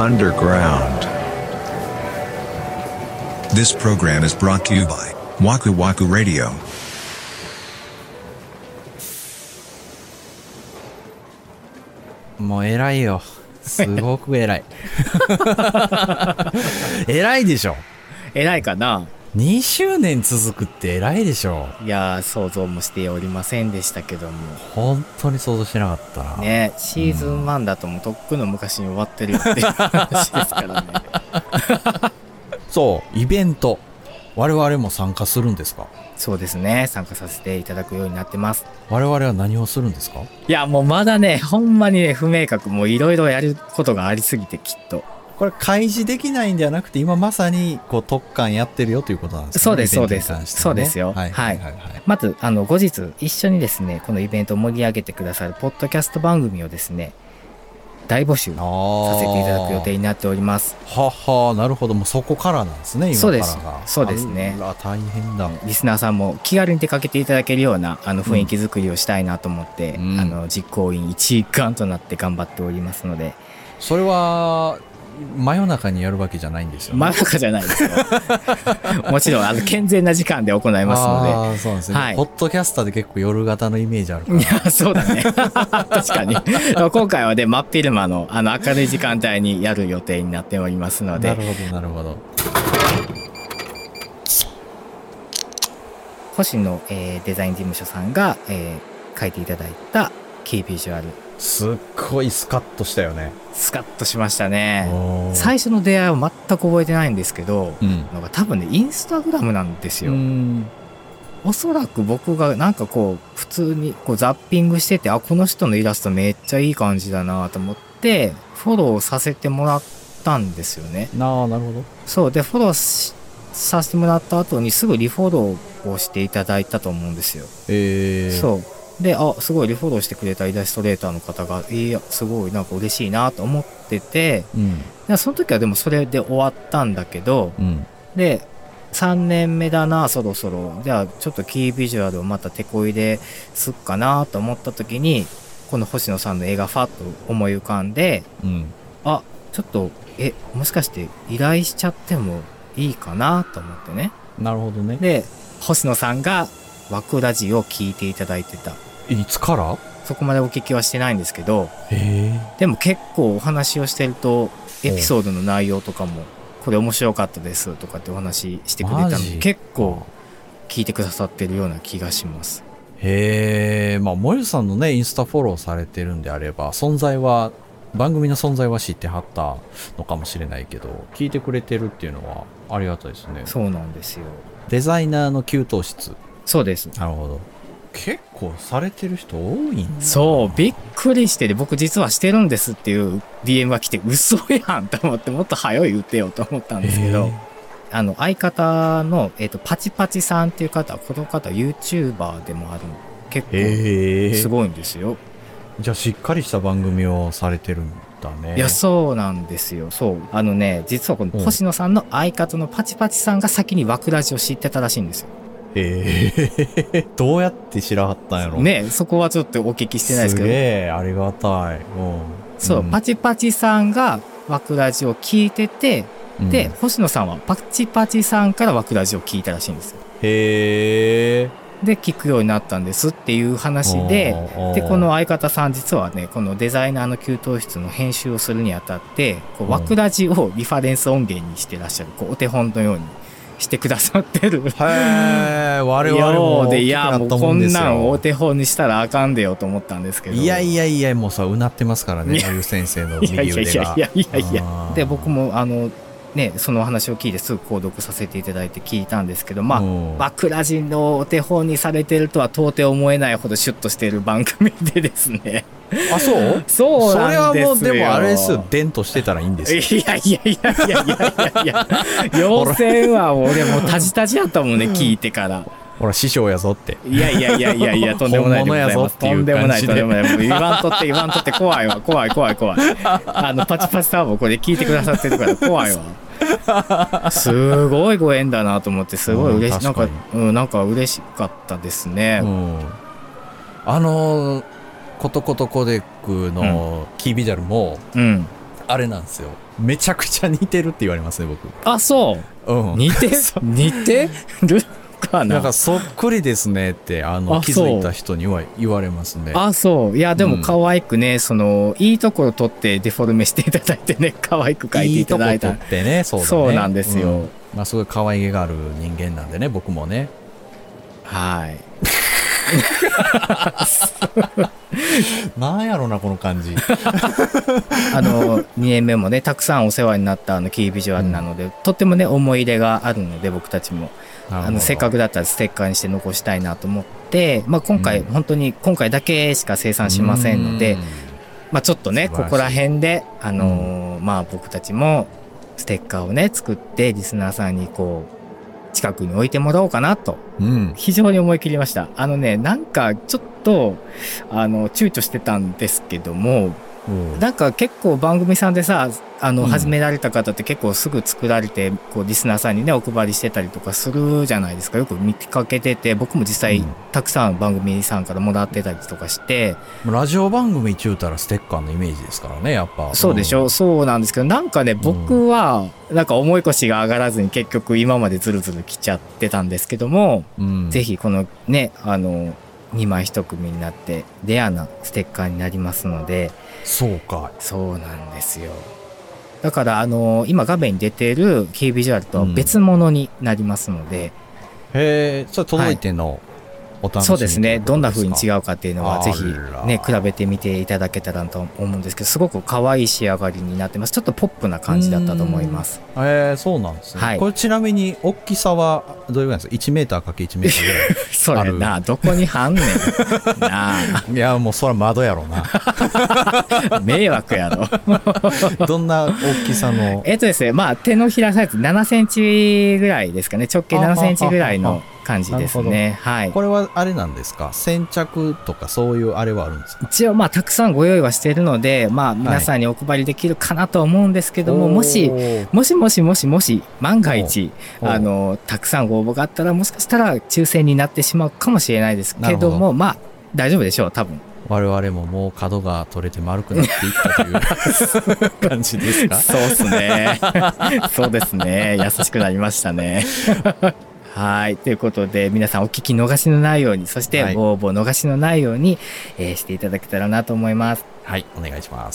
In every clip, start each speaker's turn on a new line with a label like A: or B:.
A: underground. This program is brought to you by Waku Waku Radio.
B: もう偉いよ。すごく偉い。偉いでしょ。
C: 偉いかな。
B: 2周年続くって偉いでしょ。
C: いやー、想像もしておりませんでしたけども。
B: 本当に想像してなかったな。
C: ね、シーズン1だともうとっくの昔に終わってるよっていう話ですからね。
B: そう、イベント。我々も参加するんですか？
C: そうですね、参加させていただくようになってます。
B: 我々は何をするんですか？
C: いや、もうまだね、ほんまにね、不明確、もういろいろやることがありすぎて、きっと。
B: これ開示できないんではなくて、今まさにこう特訓やってるよということなんですね。
C: そうです、そうです。
B: イベントに関してはね。
C: そうですよ。
B: はいはいはいはい。
C: まず、後日、一緒にですね、このイベントを盛り上げてくださるポッドキャスト番組をですね、大募集させていただく予定になっております。
B: はは、なるほど。もうそこからなんですね、今からが。
C: そうですね。
B: あら、大変だ。
C: リスナーさんも気軽に出かけていただけるような雰囲気作りをしたいなと思って、実行委員一丸となって頑張っておりますので。
B: それは真夜中にやるわけじゃないんですよね。
C: 真夜中じゃないですよ。もちろん健全な時間で行いますので。
B: ああ、そうなんですね。はい、ポッドキャスターで結構夜型のイメージあるから。
C: いや、そうだね。確かに。今回はね、真っ昼間の明るい時間帯にやる予定になっておりますので。
B: なるほど、なるほど。
C: 星野、デザイン事務所さんが、書いていただいたキービジュアル。
B: すっごいスカッとしたよね。
C: スカッとしましたね。最初の出会いは全く覚えてないんですけど、なんか多分ね、インスタグラムなんですよ。おそらく僕がなんかこう普通にこうザッピングしてて、この人のイラストめっちゃいい感じだなと思ってフォローさせてもらったんですよね。
B: なるほど。
C: そうで、フォローさせてもらった後にすぐリフォローをしていただいたと思うんですよ。そうで、すごいリフォローしてくれたイラストレーターの方が、いや、すごいなんか嬉しいなと思ってて、その時はでもそれで終わったんだけど、で、3年目だな、そろそろ。じゃあ、ちょっとキービジュアルをまた手こ入れすっかなと思った時に、この星野さんの絵がファッと思い浮かんで、ちょっと、もしかして依頼しちゃってもいいかなと思ってね。
B: なるほどね。
C: で、星野さんがワクラジを聞いていただいてた。
B: いつから？
C: そこまでお聞きはしてないんですけど、でも結構お話をしてるとエピソードの内容とかもこれ面白かったですとかってお話してくれたので、結構聞いてくださってるような気がします。
B: まあもゆさんのねインスタフォローされてるんであれば番組の存在は知ってはったのかもしれないけど、聞いてくれてるっていうのはありがたいですね。
C: そうなんですよ。
B: デザイナーの給湯室。
C: そうです。
B: なるほど。結構されてる人多いんだ。
C: そう、びっくりしてで、僕実はしてるんですっていう DM が来て、嘘やんと思って、もっと早い言ってよと思ったんですけど、相方の、パチパチさんっていう方、この方 YouTuber でもある、結構すごいんですよ。
B: じゃあしっかりした番組をされてるんだね。
C: いや、そうなんですよ。そう。実はこの星野さんの相方のパチパチさんが先にワクラジを知ってたらしいんですよ。
B: どうやって知らはったんやろ
C: ね。そこはちょっとお聞きしてないですけど。
B: すげえありがたい。
C: そう、パチパチさんがワクラジを聞いてて、で、星野さんはパチパチさんからワクラジを聞いたらしいんですよ。で、聞くようになったんですっていう話で、この相方さん実はね、このデザイナーの給湯室の編集をするにあたって、ワクラジをリファレンス音源にしてらっしゃる、お手本のようにしてくださってる。
B: 我々も
C: で、いや、もうこんなんお手本にしたらあかんでよと思ったんですけど。
B: いや、もうさ、うなってますからね、ゆう先生の右腕が。
C: いや。で、僕もその話を聞いてすぐ購読させていただいて聞いたんですけど、ワクラジのお手本にされてるとは到底思えないほどシュッとしている番組でですね。
B: そう
C: そうなんですよ。
B: それはもうでもあれですよ、伝としてたらいいんですよ。
C: いや要請は俺もタジタジやったもんね、聞いてから。
B: ほら師匠やぞって。
C: いやとんでもないでございます。とんでもない言わんとって怖いわ。パチパチさんもこれ聞いてくださってるから怖いわ。すごいご縁だなと思って、すごい嬉しい。なんか嬉しかったですね。
B: コトコトコデックのキービジュアルも、 あれなんですよ。めちゃくちゃ似てるって言われますね、僕。
C: あ、そう。
B: うん。
C: 似てるかな。
B: なんかそっくりですねって、気づいた人には言われますね。
C: あ、そう。いや、でも可愛くね、いいところ取ってデフォルメしていただいてね、可愛く描いていただいた。
B: いいとこ取ってね、そうだね。
C: そうなんですよ。
B: まあ、すごい可愛げがある人間なんでね、僕もね。
C: はい。
B: なんやろなこの感じ。
C: 2年目もねたくさんお世話になったキービジュアルなので、とってもね思い入れがあるので、僕たちもせっかくだったらステッカーにして残したいなと思って、まあ、今回、本当に今回だけしか生産しませんので、まあ、ちょっとねここら辺でまあ、僕たちもステッカーをね作ってリスナーさんにこう近くに置いてもらおうかなと、非常に思い切りました。なんかちょっと躊躇してたんですけども、なんか結構番組さんでさ始められた方って結構すぐ作られてこうリスナーさんにねお配りしてたりとかするじゃないですか。よく見かけてて、僕も実際たくさん番組さんからもらってたりとかして、
B: ラジオ番組中たらステッカーのイメージですからね、やっぱ。
C: そうでしょ、そうなんですけど、なんかね僕はなんか重い腰が上がらずに結局今までずるずる来ちゃってたんですけども、ぜひこのね2枚1組になってレアなステッカーになりますので。
B: そうか。
C: そうなんですよ。だから今画面に出ているキービジュアルとは別物になりますので、
B: へえ、それ届いてのお楽しみ、
C: そうですね。どんな風に違うかっていうのはぜひね比べてみていただけたらと思うんですけど、すごく可愛い仕上がりになってます。ちょっとポップな感じだったと思います。
B: そうなんですね。これちなみに大きさはどれぐらいですか？1メーター ×1 メーターぐらい
C: それな、どこにはんねんなあ。
B: いやもうそら窓やろな。
C: 迷惑やろ。
B: どんな大きさの？
C: ですね、まあ手のひらサイズ7センチぐらいですかね。直径7センチぐらいの感じですね。はい。
B: これはあれなんですか？先着とかそういうあれはあるんですか？
C: 一応まあたくさんご用意はしているので、まあ皆さんにお配りできるかなと思うんですけども、もし万が一たくさんご応募があったら、もしかしたら抽選になってしまうかもしれないですけども、まあ大丈夫でしょう、多分。
B: 我々ももう角が取れて丸くなっていったという感じですか？
C: そうですね。そうですね。優しくなりましたね。はい。ということで、皆さんお聞き逃しのないように、そしてご応募逃しのないように、していただけたらなと思います。
B: はい。お願いします。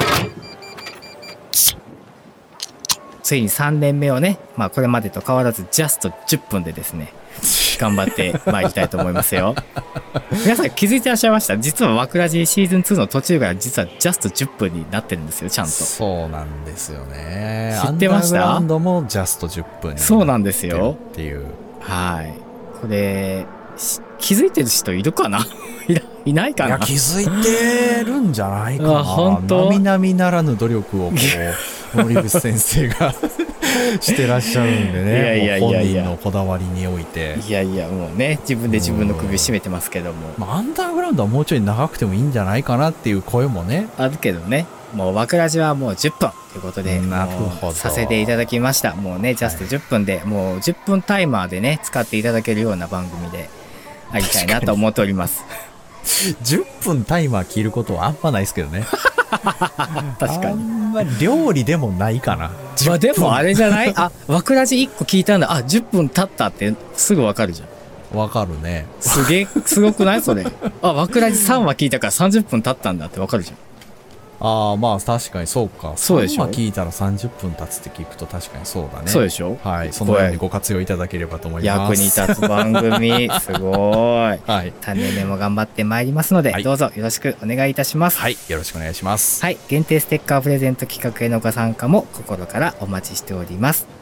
C: ついに3年目をね、まあこれまでと変わらずジャスト10分でですね、頑張ってまいりたいと思いますよ。皆さん気づいてらっしゃいました？実はわくらじシーズン2の途中から実はジャスト10分になってるんですよ、ちゃんと。
B: そうなんですよね。
C: 知ってました？
B: アンダーグラウンドもジャスト10分に
C: そうなんですよ
B: っていう。
C: はい。これ気づいてる人いるかな？いないかな？
B: いや気づいてるんじゃないかな。
C: 本当？
B: 並々ならぬ努力をこう森口先生がしてらっしゃるんでね。本人のこだわりにおいて。
C: いやいやもうね、自分で自分の首を絞めてますけども。
B: まあアンダーグラウンドはもうちょい長くてもいいんじゃないかなっていう声もね
C: あるけどね。もうわくらじはもう10分ということで、
B: なるほど
C: させていただきました。もうねジャスト10分で、もう10分タイマーでね使っていただけるような番組でありたいなと思っております。
B: 10分タイマー切ることはあんまないですけどね。
C: 確かに。あ
B: んまり料理でもないかな。
C: まあでもあれじゃない？あ、わくらじ1個聞いたんだ。あ、10分経ったってすぐわかるじゃん。
B: わかるね。
C: すごくないそれ。あ、わくらじ3話聞いたから30分経ったんだってわかるじゃん。
B: ああ、まあ確かにそうか。
C: そうでしょ。
B: 聞いたら30分経つって聞くと確かにそうだね。
C: そうでしょ。
B: はい。そのようにご活用いただければと思います。
C: 役に立つ番組、すごい。
B: はい。
C: 種目も頑張ってまいりますので、どうぞよろしくお願いいたします。
B: はい。よろしくお願いします。
C: はい。限定ステッカープレゼント企画へのご参加も心からお待ちしております。